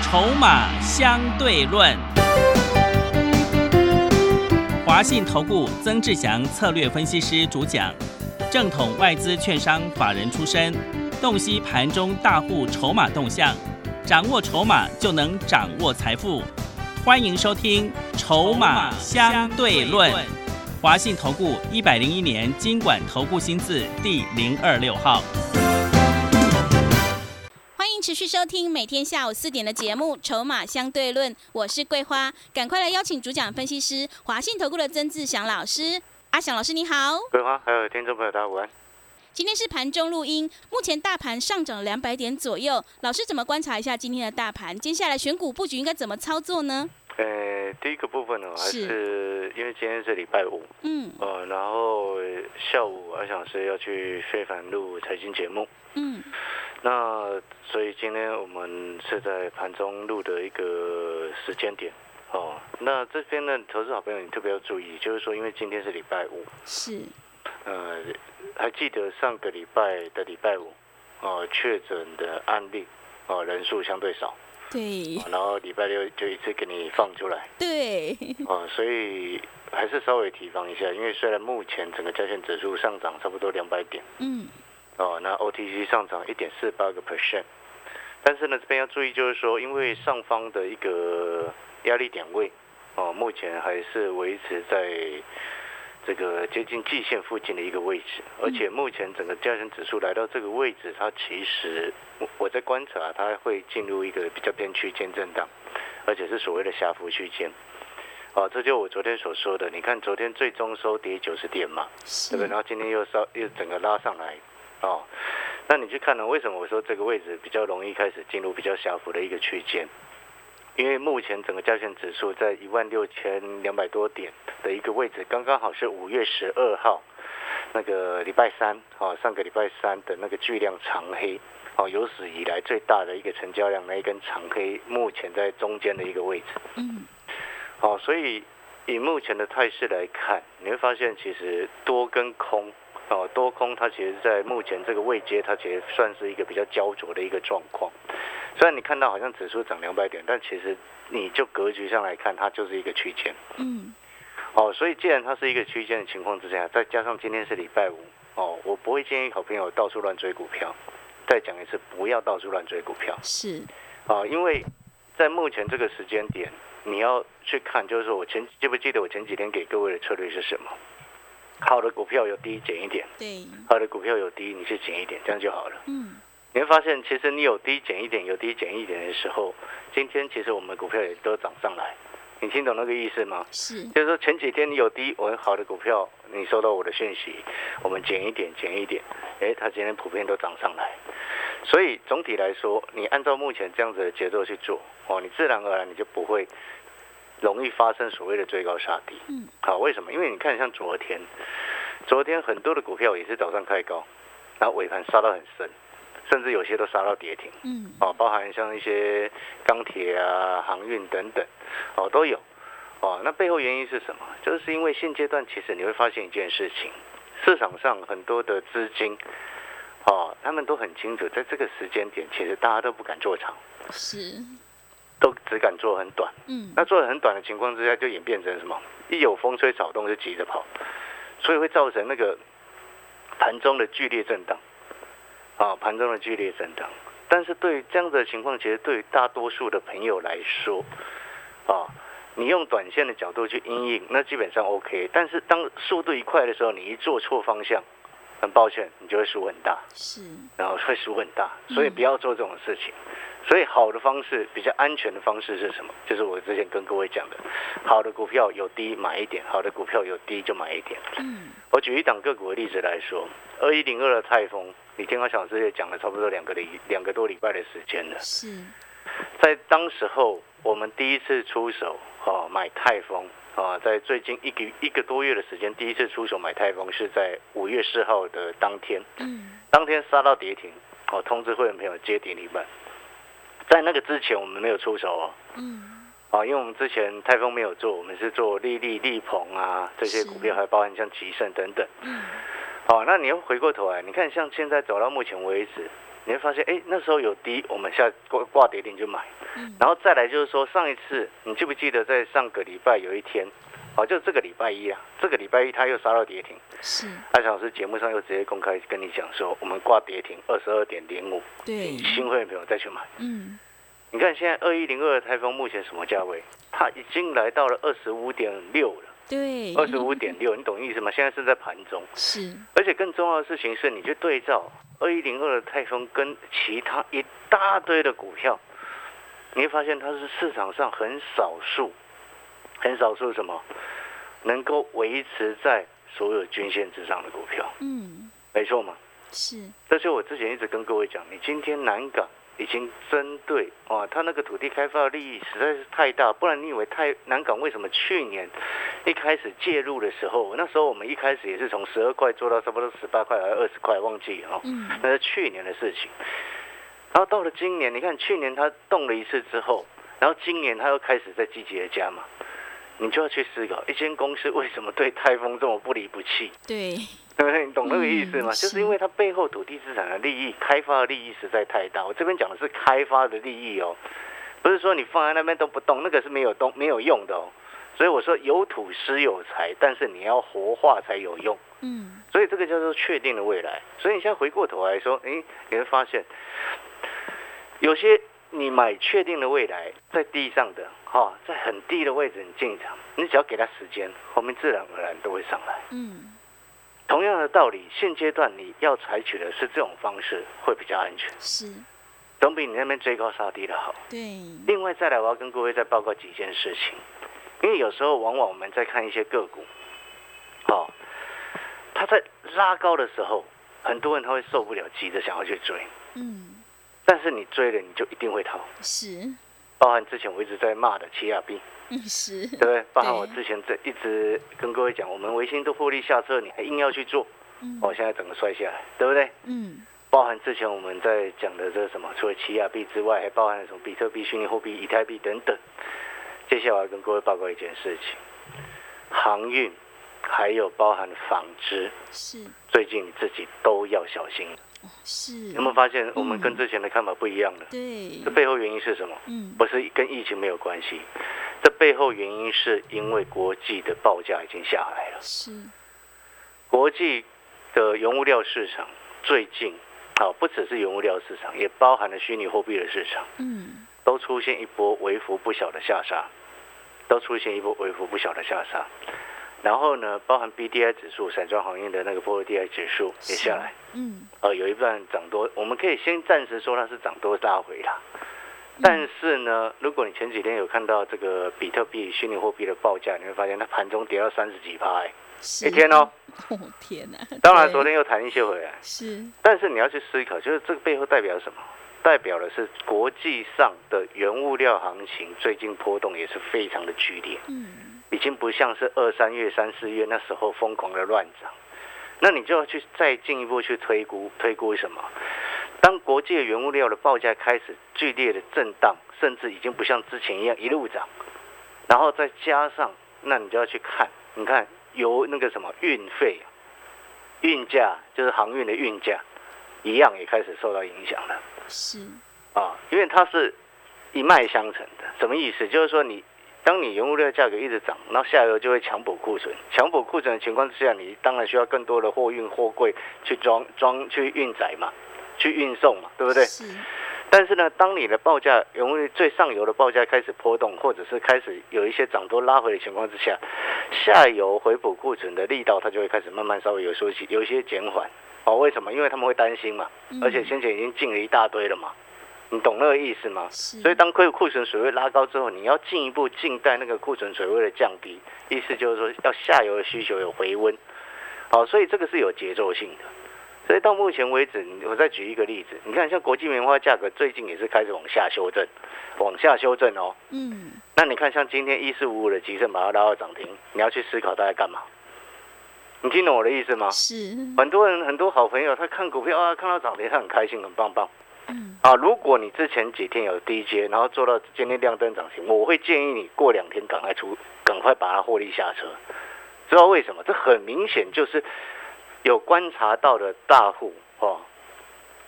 筹码相对论。华信投顾曾志祥策略分析师主讲，正统外资券商法人出身，洞悉盘中大户筹码动向，掌握筹码就能掌握财富。欢迎收听《筹码相对论》。华信投顾101年金管投顾新字第026号。 欢迎持续收听每天下午4点的节目《筹码相对论》，我是桂花，赶快来邀请主讲分析师华信投顾的曾志祥老师。阿祥老师你好。 桂花还有听众朋友大家午安。 今天是盘中录音，目前大盘上涨了200点左右，老师怎么观察一下今天的大盘？接下来选股布局应该怎么操作呢？ 第一个部分呢，还是因为今天是礼拜五，然后下午阿翔是要去非凡录财经节目，那所以今天我们是在盘中录的一个时间点，那这边呢，投资好朋友你特别要注意，就是说因为今天是礼拜五， 是， 还记得上个礼拜的礼拜五，确诊的案例，人数相对少。 对， 然后礼拜六就一次给你放出来，对，所以还是稍微提防一下，因为虽然目前整个加权指数上涨差不多200点，那 OTC 上涨1.48%，但是呢这边要注意就是说，因为上方的一个压力点位，目前还是维持在这个接近季线附近的一个位置，而且目前整个加权指数来到这个位置，它其实我在观察，它会进入一个比较偏区间震荡，而且是所谓的下幅区间。这就我昨天所说的，你看昨天最终收跌90点嘛，对不对？然后今天又整个拉上来，那你去看呢？为什么我说这个位置比较容易开始进入比较下幅的一个区间？因为目前整个加权指数在16200多点的一个位置，刚刚好是5月12号那个礼拜三，上个礼拜三的那个巨量长黑，有史以来最大的一个成交量那一根长黑，目前在中间的一个位置。所以以目前的态势来看，你会发现其实多跟空，多空它其实在目前这个位阶，它其实算是一个比较焦灼的一个状况。虽然你看到好像指数涨200点，但其实你就格局上来看，它就是一个区间。所以既然它是一个区间的情况之下，再加上今天是礼拜五，我不会建议好朋友到处乱追股票。再讲一次，不要到处乱追股票。是，因为在目前这个时间点，你要去看，就是说记不记得我前几天给各位的策略是什么？好的股票有低减一点，对，好的股票有低你去减一点，这样就好了。你会发现，其实你有低减一点，有低减一点的时候，今天其实我们股票也都涨上来。你听懂那个意思吗？是，就是说前几天你有低，我好的股票，你收到我的讯息，我们减一点，它今天普遍都涨上来。所以总体来说，你按照目前这样子的节奏去做，你自然而然你就不会容易发生所谓的追高杀低。好，为什么？因为你看像昨天很多的股票也是早上开高，然后尾盘杀到很深。甚至有些都杀到跌停，包含像一些钢铁啊、航运等等，都有，那背后原因是什么？就是因为现阶段其实你会发现一件事情，市场上很多的资金，他们都很清楚，在这个时间点，其实大家都不敢做长，都只敢做很短，那做很短的情况之下，就演变成什么？一有风吹草动就急着跑，所以会造成那个盘中的剧烈震荡。盘中的剧烈震荡，但是对于这样的情况，其实对于大多数的朋友来说，你用短线的角度去因应，那基本上 OK。但是当速度一快的时候，你一做错方向，很抱歉，你就会输很大，然后会输很大，所以不要做这种事情。所以好的方式，比较安全的方式是什么？就是我之前跟各位讲的，好的股票有低买一点，好的股票有低就买一点。我举一档个股的例子来说，2102的泰丰。你听阿小师也讲了差不多2个多礼拜的时间了。是，在当时候我们第一次出手买泰丰在最近一个多月的时间，第一次出手买泰丰是在5月4号的当天。当天杀到跌停，通知会员朋友接跌停板。在那个之前我们没有出手因为我们之前泰丰没有做，我们是做力鹏啊这些股票，还包含像吉盛等等。那你又回过头来，你看像现在走到目前为止， 你会发现，那时候有低，我们下挂跌停就买。然后再来就是说，上一次你记不记得在上个礼拜有一天，就这个礼拜一啊，这个礼拜一它又杀到跌停。 是。 艾翔老师节目上又直接公开跟你讲说，我们挂跌停22.05， 对， 新会员朋友再去买。你看现在2102的台风目前什么价位？它已经来到了25.6了。 对 ，25.6，你懂意思吗？现在是在盘中。 是。 而且更重要的事情是，你去对照2102的泰丰跟其他一大堆的股票，你会发现它是市场上很少数什么能够维持在所有均线之上的股票。没错嘛。 是。 这是我之前一直跟各位讲，你今天南港已经针对它那个土地开发的利益实在是太大，不然你以为南港为什么去年一开始介入的时候，那时候我们一开始也是从12块做到差不多18块还是20块，忘记了那是去年的事情。然后到了今年，你看去年它动了一次之后，然后今年它又开始在积极的加码，你就要去思考一间公司为什么对泰丰这么不离不弃。 对不对？你懂那个意思吗？就是因为它背后土地资产的利益、开发的利益实在太大。我这边讲的是开发的利益哦，不是说你放在那边都不动，那个是没有用的哦。所以我说有土施有财，但是你要活化才有用。所以这个叫做确定的未来。所以你现在回过头来说，你会发现有些你买确定的未来在地上的在很低的位置你进场，你只要给它时间，后面自然而然都会上来。同样的道理，现阶段你要采取的是这种方式，会比较安全， 是， 总比你那边追高杀低的好。 对。 另外再来，我要跟各位再报告几件事情，因为有时候往往我们在看一些个股，它在拉高的时候，很多人他会受不了，急着想要去追，但是你追了，你就一定会套。 是。 包含之前我一直在骂的奇亚币。 是， 对不对？包含我之前一直跟各位讲，我们微星都获利下车，你还硬要去做，现在整个摔下来，对不对？包含之前我们在讲的这什么，除了奇亚币之外，还包含了什么比特币、虚拟货币、以太币等等。接下来我要跟各位报告一件事情，航运还有包含纺织， 是最近你自己都要小心。 是， 有没有发现我们跟之前的看法不一样了？ 对， 这背后原因是什么？不是跟疫情没有关系，这背后原因是因为国际的报价已经下来了。 是， 国际的原物料市场最近不只是原物料市场，也包含了虚拟货币的市场，都出现一波微幅不小的下杀，然后呢，包含 BDI 指数、散装航运的那个波罗的海指数也下来，有一半涨多，我们可以先暂时说它是涨多拉回啦。但是呢，如果你前几天有看到这个比特币、虚拟货币的报价，你会发现它盘中跌到30几%，一天哦。 天哪！ 当然昨天又弹一些回来， 是。 但是你要去思考，就是这个背后代表什么？代表的是国际上的原物料行情最近波动也是非常的剧烈。已经不像是2、3月、3、4月那时候疯狂的乱涨，那你就要去再进一步去推估什么？当国际的原物料的报价开始剧烈的震荡，甚至已经不像之前一样一路涨，然后再加上，那你就要去看，你看由那个什么运费、运价，就是航运的运价，一样也开始受到影响了。 是因为它是一脉相承的，什么意思？就是说当你原物料价格一直涨，然后下游就会强补库存。强补库存的情况之下，你当然需要更多的货运货柜去去运载嘛，去运送嘛，对不对？ 是。 但是呢，当你的报价原物料最上游的报价开始波动，或者是开始有一些涨多拉回的情况之下，下游回补库存的力道它就会开始慢慢稍微有一些减缓。为什么？因为他们会担心嘛，而且先前已经进了一大堆了嘛。你懂那个意思吗？所以当库存水位拉高之后，你要进一步静待那个库存水位的降低，意思就是说要下游的需求有回温。所以这个是有节奏性的。所以到目前为止，我再举一个例子，你看像国际棉花价格最近也是开始往下修正哦。那你看像今天1455的集盛把它拉到涨停，你要去思考它在干嘛？你听懂我的意思吗？ 是。 很多好朋友他看股票看到涨停他很开心很棒棒。如果你之前几天有低接，然后做到今天亮灯涨停，我会建议你过2天赶快把它获利下车。知道为什么？这很明显就是有观察到的大户因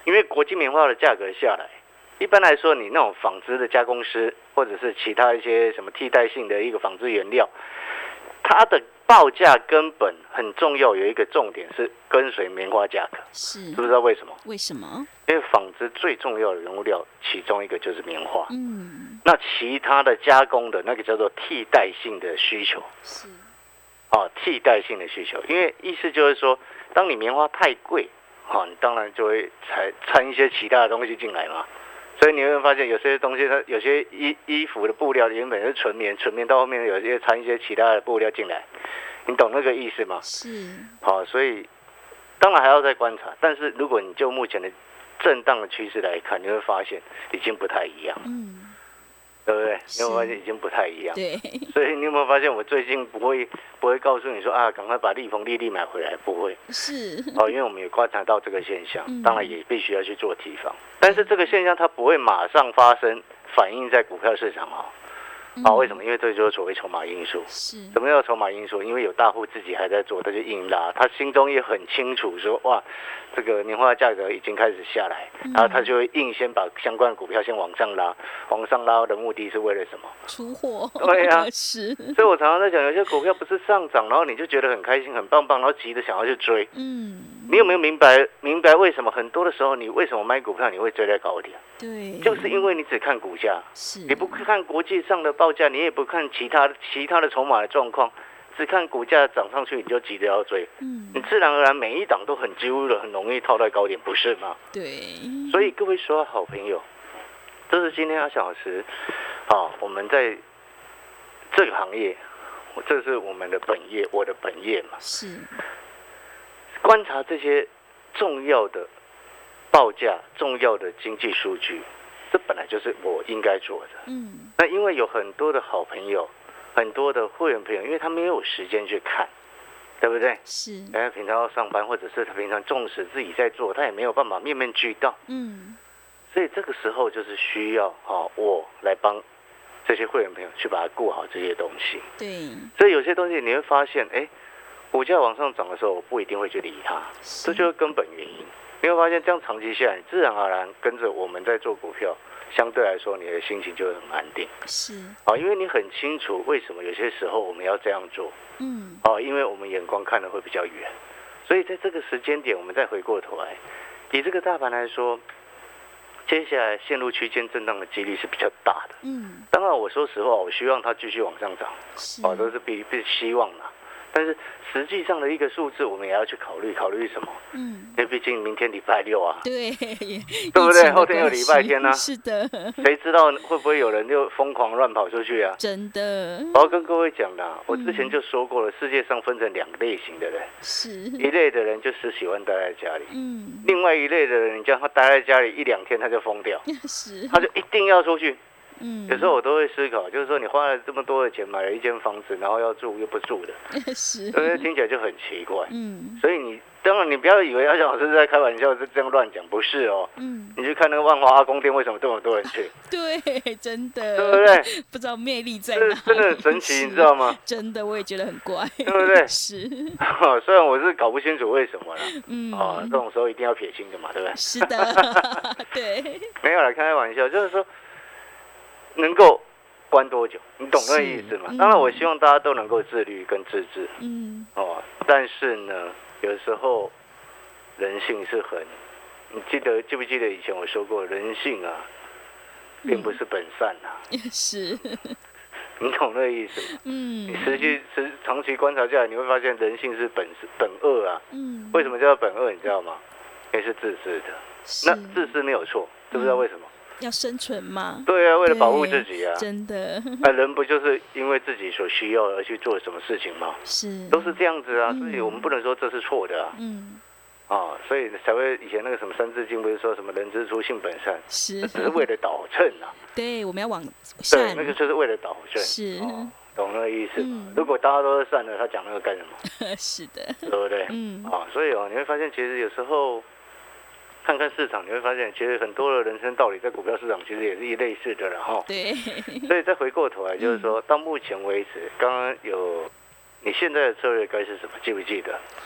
因为国际棉花的价格下来，一般来说，你那种纺织的加工师或者是其他一些什么替代性的一个纺织原料，它的报价根本很重要，有一个重点是跟随棉花价格。知不知道为什么？ 为什么？ 因为纺织最重要的原物料其中一个就是棉花。那其他的加工的那个叫做替代性的需求。替代性的需求，因为意思就是说，当你棉花太贵，你当然就会掺一些其他的东西进来嘛。所以你会发现有些东西，它有些衣服的布料原本是纯棉到后面有些掺一些其他的布料进来，你懂那个意思吗？所以当然还要再观察，但是如果你就目前的震荡的趋势来看，你会发现已经不太一样。对不对？你有没有发现已经不太一样？ 对。 所以你有没有发现，我最近不会告诉你说赶快把利丰、利买回来，不会。因为我们也观察到这个现象，当然也必须要去做提防。但是这个现象它不会马上发生，反映在股票市场为什么？因为这就是所谓筹码因素。什么叫筹码因素？因为有大户自己还在做，他就硬拉，他心中也很清楚说，哇，这个年化价格已经开始下来，然后他就会硬先把相关的股票先往上拉，往上拉的目的是为了什么？ 出货。 对啊，所以我常常在讲，有些股票不是上涨，然后你就觉得很开心、很棒棒，然后急着想要去追。你有没有明白为什么很多的时候你为什么买股票你会追在高点？ 对， 就是因为你只看股价，你不看国际上的报价，你也不看其他的筹码的状况，只看股价涨上去你就急着要追，你自然而然每一档都几乎很容易套在高点，不是吗？ 对， 所以各位所有好朋友，这是今天阿翔老师，我们在这个行业，这是我们的本业，我的本业嘛，观察这些重要的报价、重要的经济数据，这本来就是我应该做的。那因为有很多的好朋友、很多的会员朋友，因为他没有时间去看，对不对？平常要上班，或者是他平常纵使自己在做，他也没有办法面面俱到。所以这个时候就是需要我来帮这些会员朋友去把它顾好这些东西。 对。 所以有些东西你会发现，股价往上涨的时候，我不一定会去理它，这就是根本原因。你会发现，这样长期下来，自然而然跟着我们在做股票，相对来说，你的心情就会很安定。因为你很清楚为什么有些时候我们要这样做。因为我们眼光看得会比较远，所以在这个时间点，我们再回过头来，以这个大盘来说，接下来陷入区间震荡的几率是比较大的。当然我说实话，我希望它继续往上涨，都是必希望啦。但是实际上的一个数字，我们也要去考虑什么？因为毕竟明天礼拜六啊， 对不对？后天有礼拜天啊， 是的， 谁知道会不会有人就疯狂乱跑出去啊？ 真的。 我要跟各位讲啦，我之前就说过了，世界上分成两类型的人，一类的人就是喜欢待在家里，另外一类的人，你叫他待在家里1-2天他就疯掉，他就一定要出去。有时候我都会思考，就是说你花了这么多的钱买了一间房子，然后要住又不住的，听起来就很奇怪。所以当然你不要以为阿翔老师在开玩笑，是这样乱讲，不是哦。你去看那个万华阿公店，为什么这么多人去？ 对，真的， 对不对？ 不知道魅力在哪， 真的很神奇，你知道吗？ 真的，我也觉得很怪， 对不对？虽然我是搞不清楚为什么啦，这种时候一定要撇清的嘛，对不对？ 是的，对， 没有啦，开玩笑，就是说。能够关多久？你懂那个意思吗？当然，我希望大家都能够自律跟自制。但是呢，有时候人性是你记不记得以前我说过，人性啊，并不是本善啊。你懂那个意思吗？你长期观察下来，你会发现人性是本恶啊。为什么叫本恶？你知道吗？因为是自私的。那自私没有错，知不知道为什么？ 要生存吗？ 对啊，为了保护自己啊， 真的。 人不就是因为自己所需要而去做什么事情吗？都是这样子啊，所以我们不能说这是错的啊。所以才会以前那个什么《三字经》不是说什么人之初性本善，只是为了导正啊。 对，我们要往善。 对，那个就是为了导正。懂那个意思吗？如果大家都是善的，他讲那个干什么？ 是的， 对不对？所以你会发现，其实有时候。看看市场，你会发现，其实很多的人生道理在股票市场其实也是类似的了哈。 对。 所以再回过头来，就是说到目前为止，刚刚有你现在的策略该是什么？记不记得？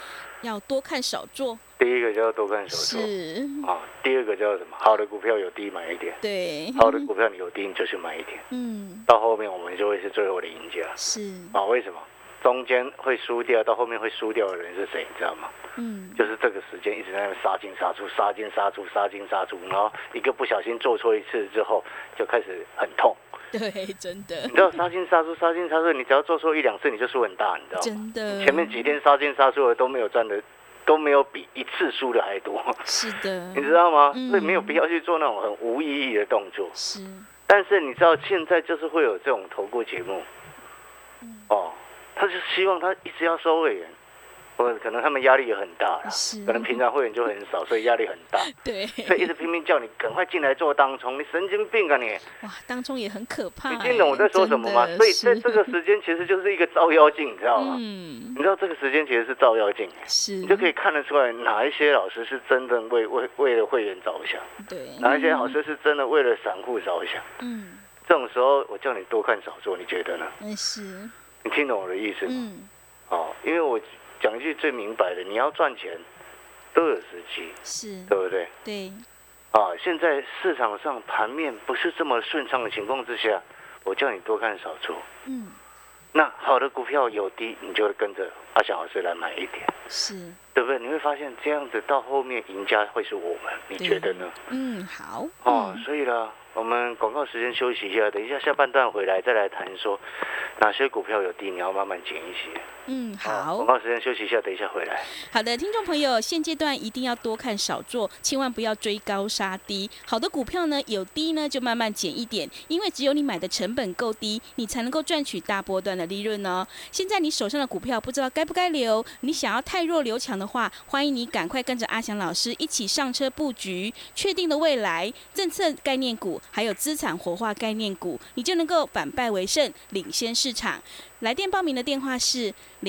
要多看少做。 第一个叫多看少做， 是第二个叫什么？好的股票有低买一点， 对， 好的股票你有低你就去买一点，到后面我们就会是最后的赢家。 是为什么？中间会输掉，到后面会输掉的人是谁？你知道吗？就是这个时间一直在那边杀进杀出，杀进杀出，杀进杀出，然后一个不小心做错一次之后，就开始很痛。 对，真的。 你知道杀进杀出，杀进杀出，你只要做错一两次，你就输很大，你知道吗？ 真的。 前面几天杀进杀出的都没有赚的，都没有比一次输的还多。 是的。 你知道吗？所以没有必要去做那种很无意义的动作。 是。 但是你知道现在就是会有这种投顾节目，他就希望他一直要收会员，可能他们压力也很大啦，可能平常会员就很少，所以压力很大。 对， 所以一直拼命叫你赶快进来做当冲，你神经病啊你！ 哇，当冲也很可怕。 你听懂我在说什么吗？所以在这个时间其实就是一个照妖镜，你知道吗？你知道这个时间其实是照妖镜，你就可以看得出来哪一些老师是真的为了会员着想，对，哪一些老师是真的为了散户着想。这种时候我叫你多看少做，你觉得呢？ 是。 你听懂我的意思吗？因为我讲一句最明白的，你要赚钱都有时机，是，对不对？ 对。 现在市场上盘面不是这么顺畅的情况之下，我叫你多看少做。那好的股票有低，你就会跟着阿翔老师来买一点，是，对不对？你会发现这样子到后面赢家会是我们，你觉得呢？ 好。 所以呢，我们广告时间休息一下，等一下下半段回来再来谈说哪些股票有低，你要慢慢减一些。 好。 广告时间休息一下，等一下回来。 好的，听众朋友，现阶段一定要多看少做，千万不要追高杀低。好的股票呢，有低呢就慢慢减一点，因为只有你买的成本够低，你才能够赚取大波段的利润哦。现在你手上的股票不知道该不该留，你想要太弱留强的话，欢迎你赶快跟着阿翔老师一起上车布局，确定的未来政策概念股，还有资产活化概念股，你就能够反败为胜，领先市场。来电报名的电话是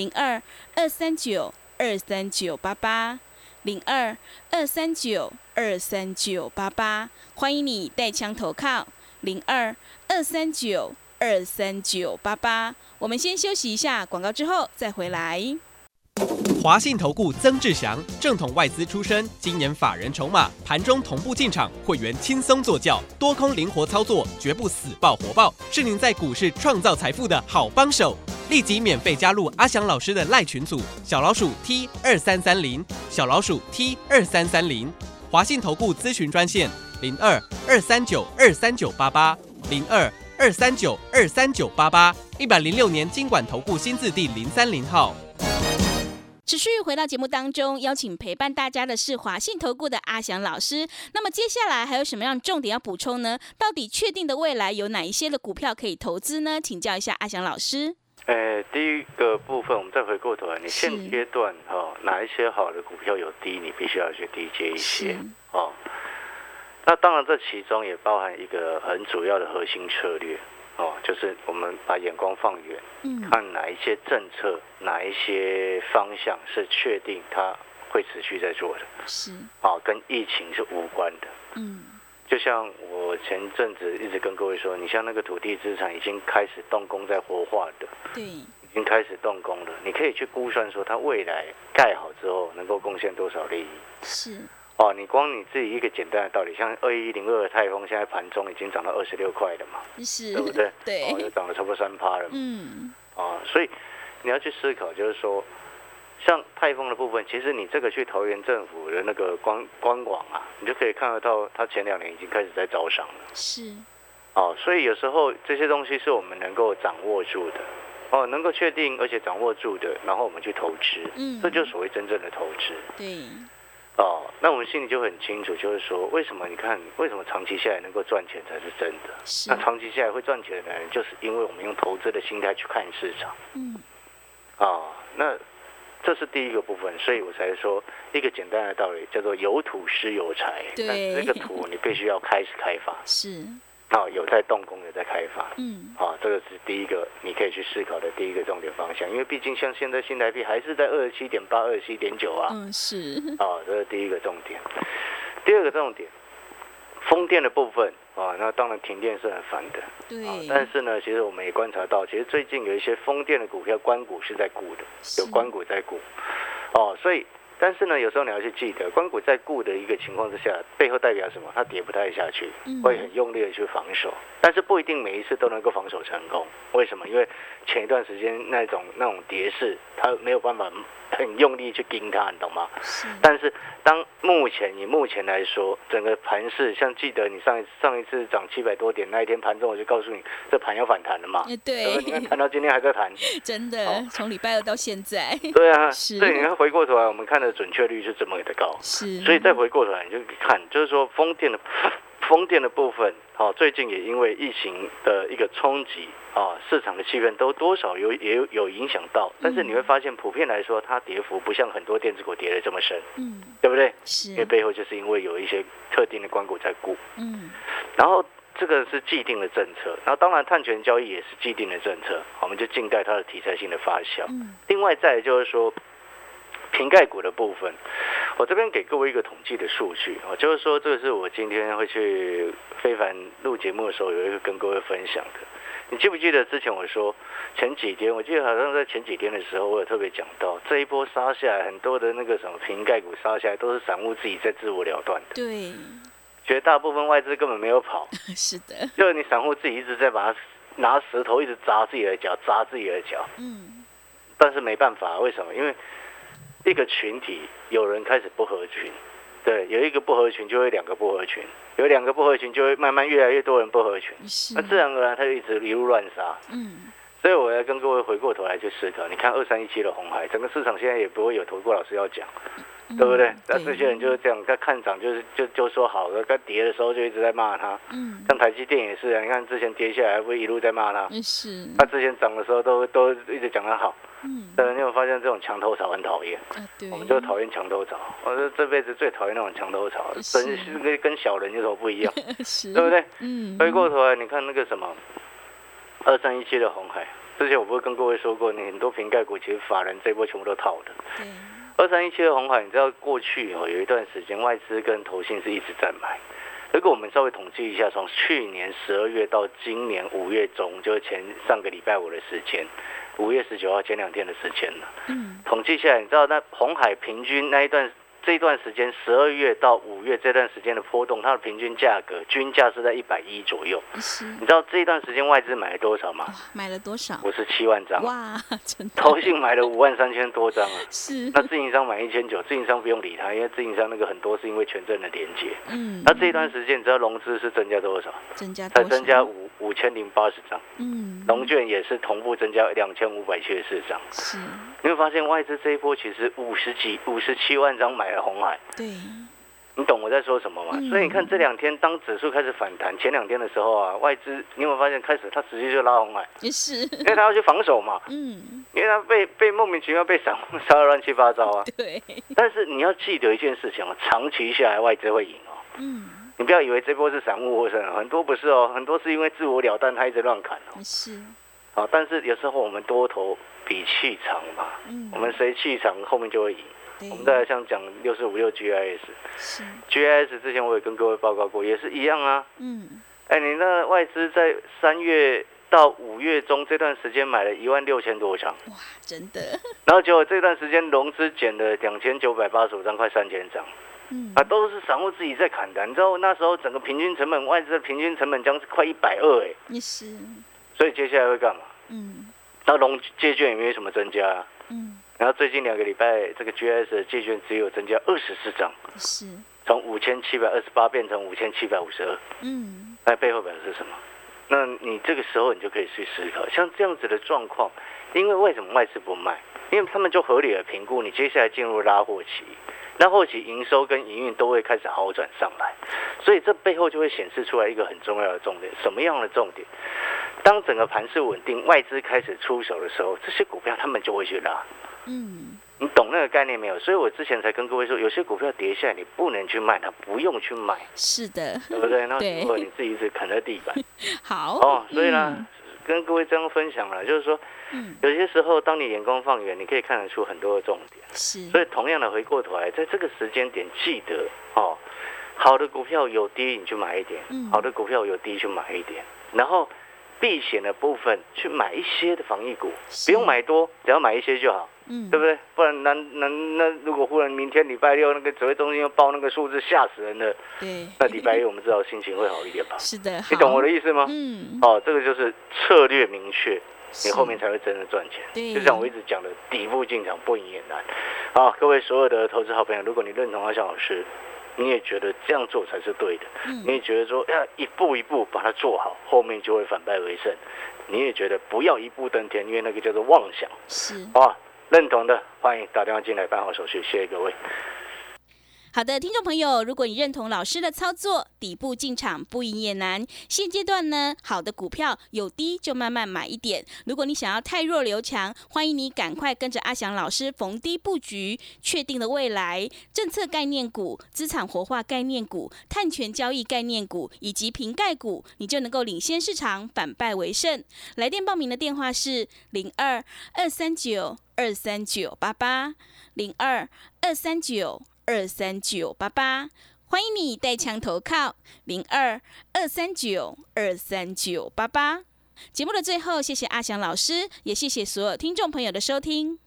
02-239-23988，02-239-23988，欢迎你带枪投靠02-239-23988。我们先休息一下广告，之后再回来。 华信投顾曾志祥，正统外资出身，今年法人筹码，盘中同步进场，会员轻松做教，多空灵活操作，绝不死抱活抱，是您在股市创造财富的好帮手。立即免费加入阿翔老师的赖群组，小老鼠 T2330，小老鼠 T2330，华信投顾咨询专线02-239-23988，02-239-23988，106年金管投顾新字第030号。 持续回到节目当中，邀请陪伴大家的是华信投顾的阿翔老师。那么接下来还有什么样重点要补充呢？到底确定的未来有哪一些的股票可以投资呢？请教一下阿翔老师。 第一个部分我们再回过头来，你现阶段哪一些好的股票有低，你必须要去低接一些那当然这其中也包含一个很主要的核心策略就是我们把眼光放远，看哪一些政策，哪一些方向是确定它会持续在做的，是跟疫情是无关的。就像我前阵子一直跟各位说，你像那个土地资产已经开始动工在活化的，对，已经开始动工了，你可以去估算说它未来盖好之后能够贡献多少利益。是你光你自己一个简单的道理，像2102的泰丰，现在盘中已经涨到26块了嘛，是，对不对？对，又涨了差不多3%了嘛。所以你要去思考，就是说，像泰丰的部分，其实你这个去桃园政府的那个官网啊，你就可以看得到，它前2年已经开始在招商了。是，所以有时候这些东西是我们能够掌握住的，能够确定而且掌握住的，然后我们去投资，这就是所谓真正的投资。对。那我们心里就很清楚，就是说，为什么你看，为什么长期下来能够赚钱才是真的？那长期下来会赚钱的人，就是因为我们用投资的心态去看市场。那这是第一个部分，所以我才说一个简单的道理，叫做有土施有财。对，但这个土你必须要开始开发。是。有在动工，有在开发。这个是第一个你可以去思考的第一个重点方向，因为毕竟像现在新台币还是在27.8、27.9啊。是。这是第一个重点。第二个重点，风电的部分那当然停电是很烦的。对。但是呢，其实我们也观察到，其实最近有一些风电的股票，官股是在顾的，有官股在顾。所以但是呢，有时候你要去记得，官股在固的一个情况之下，背后代表什么？它跌不太下去，会很用力的去防守，但是不一定每一次都能够防守成功。为什么？因为前一段时间那种跌势，它没有办法很用力去盯它，你懂吗？但是以目前来说，整个盘势，像记得你上一次涨700多点那一天盘中，我就告诉你，这盘要反弹了嘛。 对， 你看谈到今天还在谈， 真的，从礼拜2到现在。 对啊，对，你看回过头来，我们看的准确率是这么的高，所以再回过头来，你就看，就是说风电的部分，最近也因为疫情的一个冲击，市场的气氛都多少也有影响到，但是你会发现普遍来说，它跌幅不像很多电子股跌得这么深，对不对？因为背后就是因为有一些特定的官股在顾，然后这个是既定的政策，然后当然碳权交易也是既定的政策，我们就静待它的题材性的发酵。另外再来就是说，瓶盖股的部分，我这边给各位一个统计的数据，就是说这个是我今天会去非凡录节目的时候有一个跟各位分享的。你记不记得之前我说前几天，我记得好像在前几天的时候，我有特别讲到这一波杀下来，很多的那个什么瓶盖股杀下来，都是散户自己在自我了断的。 对， 绝大部分外资根本没有跑。 是的， 就是你散户自己一直在把它拿石头一直砸自己的脚，砸自己的脚。但是没办法，为什么？因为一个群体有人开始不合群，对，有一个不合群就会2个不合群，有2个不合群就会慢慢越来越多人不合群，那自然而然他就一路乱杀。所以我要跟各位回过头来去思考，你看2317的鸿海，整个市场现在也不会有投顾老师要讲，对不对？那这些人就是这样，他看涨就说好了，他跌的时候就一直在骂他。像台积电也是啊，你看之前跌下来会一路在骂他，他之前涨的时候都一直讲他好。但是你有发现这种墙头草很讨厌，我们就讨厌墙头草。我说这辈子最讨厌那种墙头草，跟小人有什么不一样，对不对？回过头来，你看那个什么2317的鸿海，之前我不是跟各位说过，你很多瓶盖股其实法人这一波全部都套的。2317的鸿海，你知道过去有一段时间外资跟投信是一直在买。如果我们稍微统计一下，从去年12月到今年5月中，就是上个礼拜五的时间，5月19号前2天的时间了。统计下来，你知道那鸿海平均这一段时间12月到5月这段时间的波动，它的平均价格均价是在110左右。你知道这一段时间外资买了多少吗？ 买了多少 ？57万张。 哇，真的。 投信买了53000多张啊。 是。 那自营商买1900，自营商不用理它，因为自营商那个很多是因为权证的连结。那这一段时间你知道融资是增加多少？才增加5080张。融券也是同步增加2574张。 是。 你会发现外资这一波其实57万张买了鸿海。 对。 你懂我在说什么吗？所以你看这2天当指数开始反弹，前2天的时候啊，外资你有没有发现开始他直接就拉鸿海？ 也是。 因为他要去防守嘛。因为他被莫名其妙被散户杀得乱七八糟啊。 对。但是你要记得一件事情哦，长期下来外资会赢哦。你不要以为这波是散户获胜，很多不是哦，很多是因为自我了断，他一直乱砍哦。 是。 但是有时候我们多头比气长嘛，我们谁气长后面就会赢。我们再来像讲6556 GIS 之前我也跟各位报告过，也是一样啊。你那外资在3月到5月中这段时间买了16000多张， 哇，真的。 然后结果这段时间融资减了2985张，快3000张。都是散户自己在砍的。你知道那时候整个平均成本，外资的平均成本将是快120哎。 也是。 所以接下来会干嘛？那借券也没有什么增加啊。然后最近2个礼拜，这个 GS 的借券只有增加24张， 是从5728变成5752。那背后表示什么？那你这个时候你就可以去思考，像这样子的状况，因为什么外资不卖？因为他们就合理的评估你接下来进入拉货期，那后期营收跟营运都会开始好转上来，所以这背后就会显示出来一个很重要的重点。什么样的重点？当整个盘势稳定，外资开始出手的时候，这些股票他们就会去拉。你懂那个概念没有？所以我之前才跟各位说，有些股票跌下来，你不能去卖，它不用去买。 是的， 对不对？那如果你自己一直啃在地板， 好所以呢，跟各位这样分享了，就是说，有些时候当你眼光放远，你可以看得出很多的重点。所以同样的回过头来，在这个时间点，记得好的股票有低你去买一点，好的股票有低去买一点，然后避险的部分去买一些的防疫股，不用买多，只要买一些就好。 对不对？不然那如果忽然明天礼拜六那个指挥中心又报那个数字，吓死人了。 对， 那礼拜一我们至少心情会好一点吧？ 是的， 你懂我的意思吗？这个就是策略明确，你后面才会真的赚钱。 对， 就像我一直讲的，底部进场不赢也难。好，各位所有的投资好朋友，如果你认同阿翔老师，你也觉得这样做才是对的，你也觉得说要一步一步把它做好，后面就会反败为胜。你也觉得不要一步登天，因为那个叫做妄想。 是， 认同的欢迎打电话进来办好手续，谢谢各位。 好的，听众朋友，如果你认同老师的操作，底部进场不赢也难。现阶段呢，好的股票有低就慢慢买一点。如果你想要太弱留强，欢迎你赶快跟着阿翔老师逢低布局，确定的未来政策概念股、资产活化概念股、碳权交易概念股以及瓶盖股，你就能够领先市场，反败为胜。来电报名的电话是02-239-239880，02-239-239888，欢迎你带枪投靠02-239-23988。节目的最后，谢谢阿翔老师，也谢谢所有听众朋友的收听。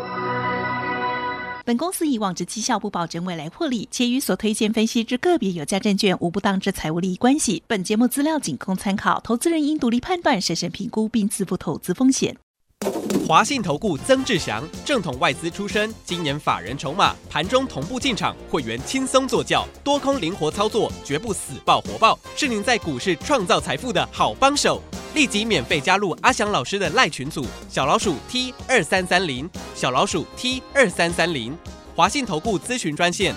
本公司以往之绩效不保证未来获利，且与所推荐分析之个别有价证券无不当之财务利益关系。本节目资料仅供参考，投资人应独立判断、审慎评估并自负投资风险。 华信投顾曾志祥，正统外资出身，今年法人筹码，盘中同步进场，会员轻松做教，多空灵活操作，绝不死抱活抱，是您在股市创造财富的好帮手。立即免费加入阿翔老师的赖群组，小老鼠 T2330，小老鼠 T2330，华信投顾咨询专线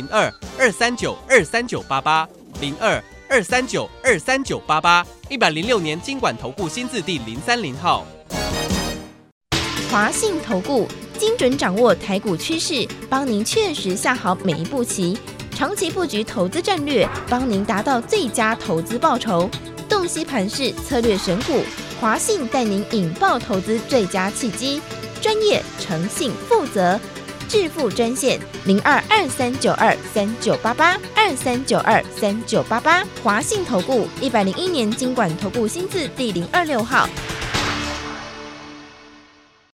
02-239-23988，02-239-23988，106年金管投顾新字第030号。 华信投顾精准掌握台股趋势，帮您确实下好每一步棋，长期布局投资战略，帮您达到最佳投资报酬。洞悉盘势策略选股，华信带您引爆投资最佳契机，专业、诚信、负责，致富专线02-2392-3988，2392-3988，华信投顾101年金管投顾新字第026号。